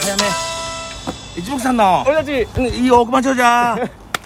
早め。一目さんの俺たちいいよ億万長者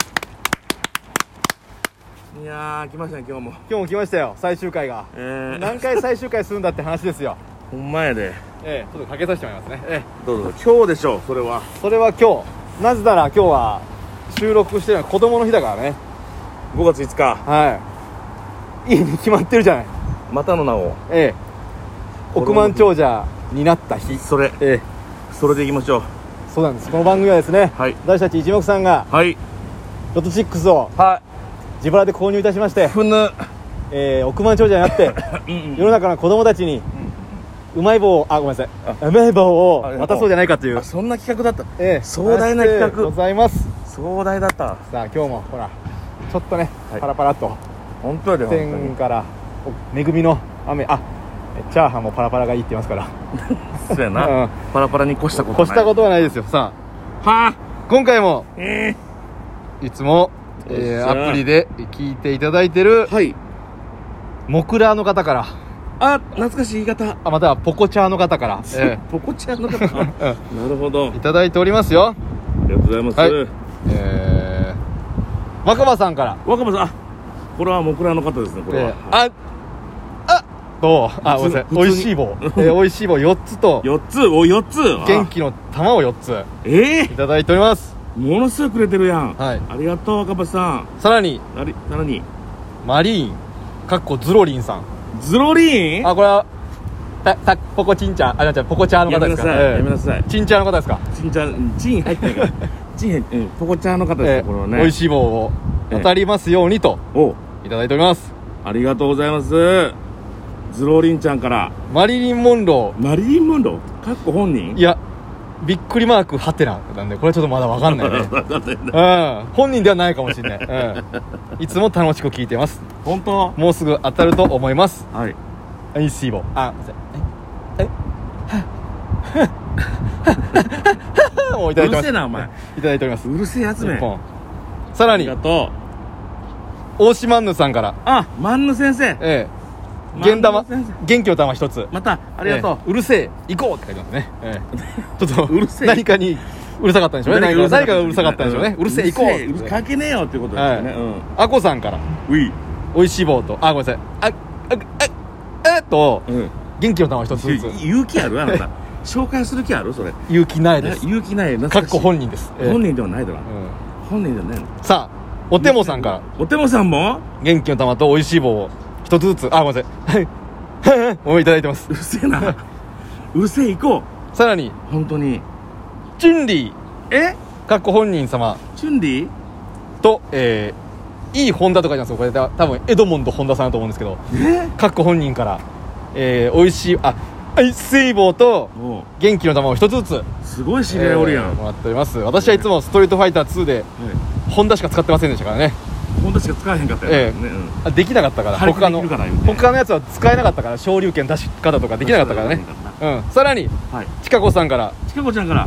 いやー来ましたね今日も。 今日も来ましたよ、最終回が。何回最終回するんだって話ですよ。 ほんまやで。 ちょっとかけさせてもらいますね。 どうぞ。今日でしょう。それは今日、なぜなら今日は収録してるのは子供の日だからね。 5月5日。 いいに決まってるじゃない。 またの名を億万長者になった日。 それでいきましょう。 そうなんです。この番組はですね、 はい、 私たち一目さんがはいロト6を自腹で購入いたしまして、億万長者になって世の中の子供たちにうまい棒をごめんなさいうまい棒を渡そうじゃないかという、 そんな企画だった。壮大な企画ございます。 壮大だった。 さあ今日もほらちょっとね、パラパラっと本当やで。 天から恵みの雨。チャーハンもパラパラがいいって言いますからそうやな、パラパラに越したことはないですよ。さあ今回もいつもアプリで聞いていただいてるモクラーの方から、 懐かしい言い方。 またはポコチャーの方から、 ポコチャーの方なるほど、 いただいておりますよ。 ありがとうございます。 若葉さんから。 若葉さん、これはモクラーの方ですね。これはごめんなさい、おいしい棒おいしい棒4つと 4つ元気の玉を4ついただいております。 ものすごいくれてるやん。 ありがとう若葉さん。 さらにマリーンズロリンさん。 ズロリンこれはポコチンちゃんポコチャーの方ですか。 やめなさい。 チンチャーの方ですか。 チン入ってないからポコチャーの方です。これはね、 おいしい棒を当たりますようにといただいております。 ありがとうございます。ズロリンちゃんから。 マリリン・モンロー本人。 いやびっくりマークハテナなんで、これちょっとまだ分かんないね本人ではないかもしれない、いつも楽しく聞いてます。 本当。 もうすぐ当たると思います。いいシーボもういただいてます。 うるせえなお前。 いただいております。 うるせえやつめ。 さらにありがとう大島ンヌさんから。 マンヌ先生。 元気の玉一つ。 またありがとう。うるせえ行こうって書いてますね。ちょっとうるせえ、 何かにうるさかったんでしょうね。何かがうるさかったんでしょうね。うるせえ行こう。 関係ねえよっていうことですよね。 あこさんからおいしい棒とごめんなさい元気の玉一つずつ。 勇気ある？あなた紹介する気ある？それ勇気ないです。 勇気ない。 かっこ本人です。 本人ではないだろ。本人じゃないの。 さあおてもさんから。 おてもさんも元気の玉とおいしい棒を一つずつ。ごめんなさいもういただいてます。 うるせえなうるせえ行こう。さらに本当にチュンリーかっこ本人様チュンリーといい本田と書いてますよ。これ多分エドモンド本田さんだと思うんですけど、かっこ本人からおいしい水棒と元気の玉を一つずつ。 すごい知り合いおるやん。 もらっております。私はいつもストリートファイター2で本田しか使ってませんでしたからね。 本田しか使えへんかったよね。 できなかったから。他のやつは使えなかったから、昇竜拳出し方とかできなかったからね。さらにちかこさんから。 ちかこちゃんから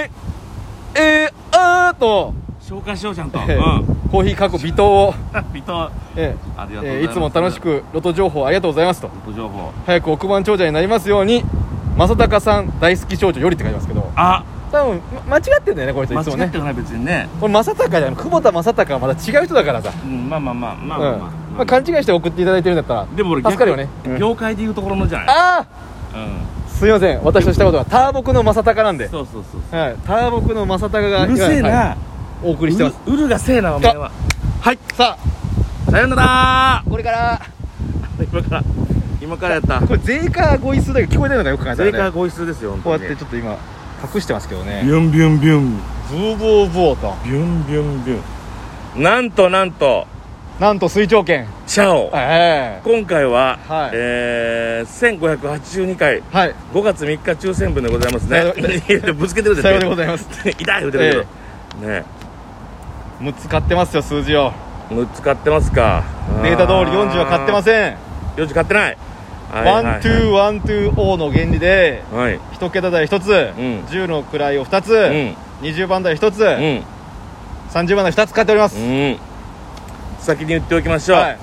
と紹介しようちゃんと。 コーヒーかっこ微糖を微糖ありがとうございます。 いつも楽しくロト情報ありがとうございますと。 ロト情報早く億万長者になりますように、正隆さん大好き少女よりって書いてますけど、多分間違ってんだよねこいつ。いつもね。 間違ってない別にね。 これ正隆じゃない、久保田正隆はまだ違う人だからさ。 まあ勘違いして送っていただいてるんだったらでも俺助かるよね。 業界でいうところのじゃない。 すいません、私としたことはターボクの正隆なんで。 そうターボクの正隆がうるせえなお送りしてます。 うるがせえなお前は。 さあさよなら。 これから今からやった。 これ税関合意数だけ聞こえてるのかよく考えたらね。 税関合意数ですよ。 こうやってちょっと今隠してますけどね。 ビュンビュンビュンブーブーブーとビュンビュンビュン。なんと水長券シャオ。今回は1582回5月3日抽選分でございますね。ぶつけてるで。 さようでございます。 痛い言うてるけどね。 6つ買ってますよ、数字を。 6つ買ってますか。 データ通り40は買ってません。 40買ってない。 12120の原理で1桁台1つ、10の位を2つ、20番台1つ、30番台2つ買っております。 先に言っておきましょう。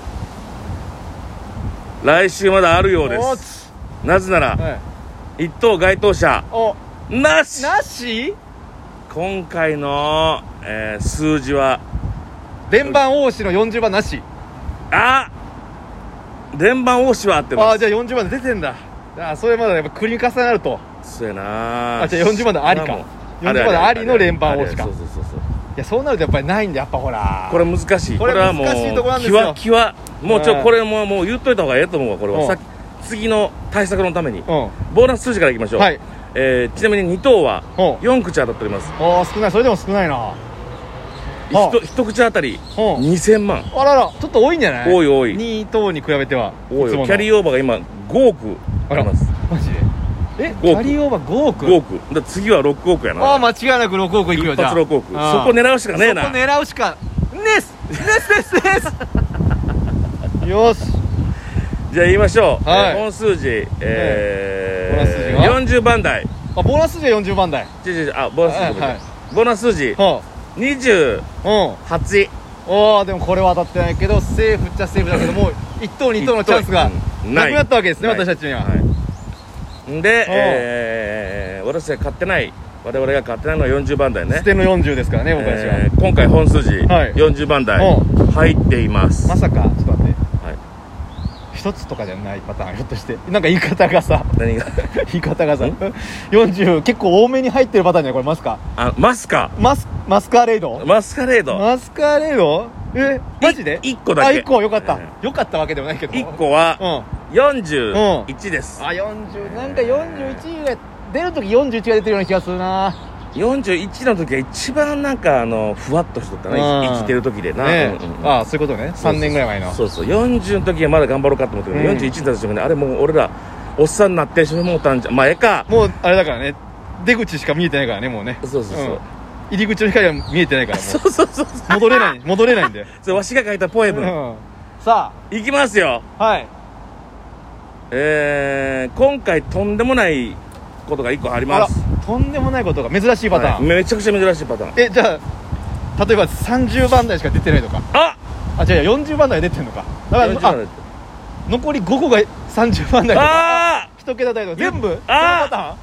来週まだあるようです。なぜなら一等該当者なし。 なし。 今回の、数字は連番大志の40番なし。 連番大志は合ってます。 じゃあ40番で出てんだ。それまだやっぱ繰り重なると。 そうやな。 じゃあ40番でありか。40番でありの連番大志か。 そう。 いや、そうなるとやっぱりないんだ、やっぱほら。 これ難しい。これはもう難しいところなんですよ。 キワもうこれもう言っといた方がええと思うわ。これは次の対策のために。ボーナス数字からいきましょう。はい。ちなみに2等は4口当たっております。 少ない。それでも少ないな。 一口当たり2000万。 あらら、ちょっと多いんじゃない？ 多い。 2等に比べては多い。キャリーオーバーが今5億あります。 マジで？キャリーオーバー5億 ？5億。次は6億やな。 間違いなく6億いくよ。 一発6億。そこ狙うしかねえな。 そこ狙うしかですよし。じゃあ言いましょう。本数字40番台。 ボーナス数字は40番台。 ボーナス数字28。 でもこれは当たってないけど、セーフっちゃセーフだけども、1等2等のチャンスがなくなったわけですね、私たちには。 で、我々が買ってないのは40番台ね。 捨ての40ですからね、僕たちは。 今回本数字40番台入っています。 まさか、ちょっと待って、一つとかじゃないパターン、ひょっとしてなんか言い方がさ、 何が言い方がさ40結構多めに入ってるパターンじゃないこれ？マスカレードマスカレードマジで 1個だけ。 1個よかったよかったわけでもないけど、 1個は41です。 40なんか41が出るとき41が出てるような気がするな。 41の時は一番なんかふわっとしとったな、生きてる時でな。 そういうことね。3年ぐらい前の。 そう40の時はまだ頑張ろうかと思ったけど、41になった瞬間にあれもう俺らおっさんになってしもうたんじゃ。まあかもうあれだからね、出口しか見えてないからね、もうね。 そう入り口の光は見えてないから、もう戻れないんでそれわしが書いたポエム。 さあいきますよ。 はい。 今回とんでもないことが1個あります。 とんでもないことが珍しいパターン。 めちゃくちゃ珍しいパターン。 じゃあ例えば30番台しか出てないのか。違う、40番台出てんのか。だから残り5個が30番台とか1桁台とか全部そのパタ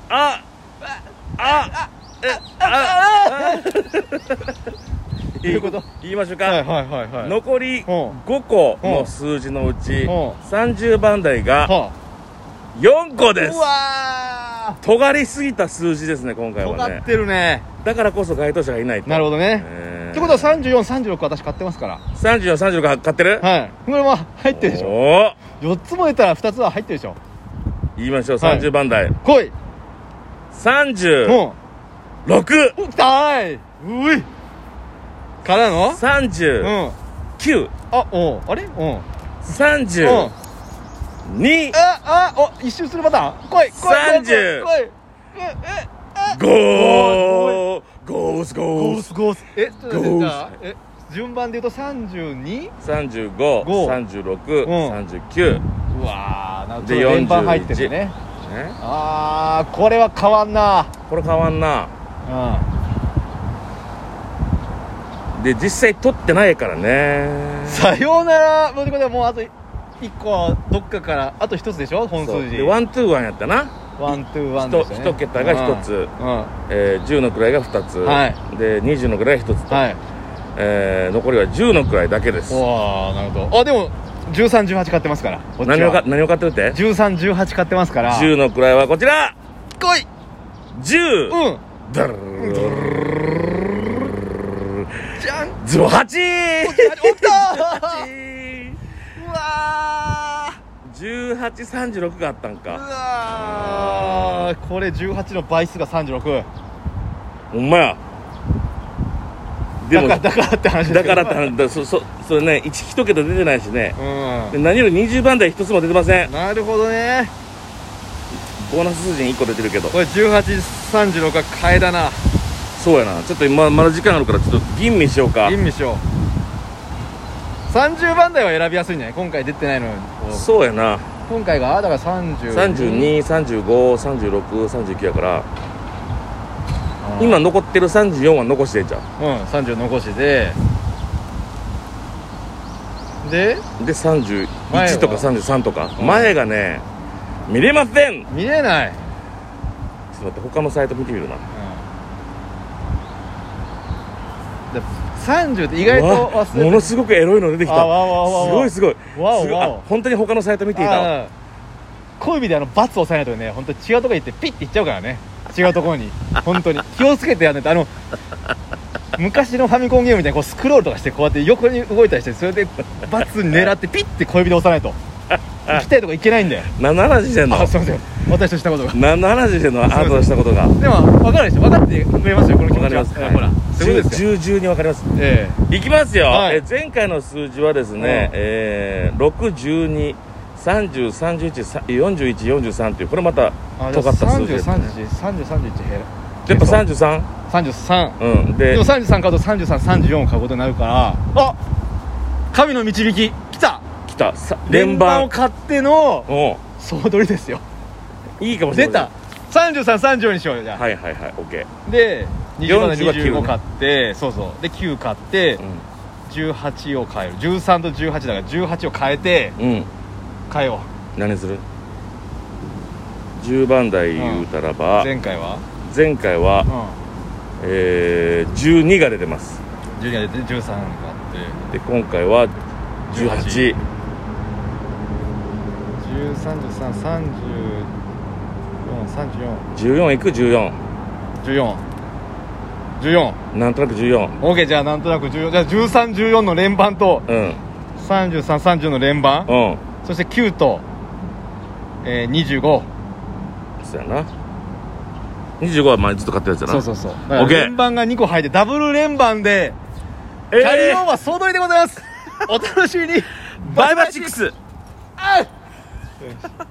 ーン。いうこと言いましょうか。残り5個の数字のうち30番台が4個です。尖りすぎた数字ですね、今回はね。 尖ってるね。 だからこそ該当者がいないと。 なるほどね。ってことは34、36私買ってますから。 34、36買ってる？ はい。これも入ってるでしょ。4つも出たら2つは入ってるでしょ。 言いましょう。30番台来い。 36。 きたーい。ういからの 39。 あれ 32。 一周するパターン。来い 35。ゴース順番で言うと 32？ 35、36、39。 うわー、なるほど。連番入ってるね。これは変わんな。 で実際取ってないからね。 さようなら。ということはもうあと1個どっかからあと1つでしょ、本数字で。1、2、1やったな。 1、2、1ですね。 1桁が1つ、10の位が2つ、で20の位が1つと、残りは10の位だけです。 なるほど。でも13、18買ってますから。 何を買ってるって？ 13、18買ってますから。 10の位はこちら。 来い。 10。ダルルじゃん。18。起きた。うわー。 18、36があったんか。 うわー、これ18の倍数が36。 ほんまや。 でもだからって話ですけど。 だからって話。それね、1桁出てないしね。で何より20番台1つも出てません。 なるほどね。 ボーナス数字に1個出てるけど、 これ18、36は替えだな。 そうやな。ちょっと今まだ時間あるからちょっと吟味しようか。 吟味しよう。30番台は選びやすいんじゃない？今回出てないの。 そうやな。 今回がだから32、 35、36、39やから、今残ってる34は残してんじゃん。 30残しで 31とか33とか前がね見れません。 見れない。 待って他のサイト見てみるな、 で30って意外と忘れてものすごくエロいの出てきた。すごいすごい。本当に他のサイト見ていた。 こういう意味で罰を押さえないとね、本当に違うとこ行ってピッて行っちゃうからね、違うところに本当に気をつけてやんないと。昔のファミコンゲームみたいにこうスクロールとかしてこうやって横に動いたりして、それで罰狙ってピッて小指で押さないと行きたいとこ行けないんだよ。 何の話してんの。 すいません、私としたことが。 何の話してんの、あなたとしたことが。 でも分かるでしょ、分かってくれますよ、この気持ちは。ほら、 重々に分かります。いきますよ。前回の数字はですね、6、12、30、31、41、43という、これまた尖った数字ですね。 30、31 やっぱ 33？ 33。 うん。 でも33買うと33、34を買うことになるから、あ、神の導き来た連番を買っての総取りですよ。 いいかもしれない。 出た。33、34にしようよ、じゃあ。 はい、OK。 で20まで25買って、そうで9買って、18を変える。13と18だから18を変えて、変えよう。何する。10番台言うたらば、 前回は、 12が出てます。 12が出て13があって、 で今回は18。14いく。14なんとなく14。 OK。 じゃあなんとなく14。じゃあ13、14の連番と、33、30の連番、そして9と、25。 そうやな。25は前ずっと買ったやつやな。 そうだから連番が2個入ってダブル連番でキャリーオーバー総取りでございます。お楽しみに。 バイバイ6。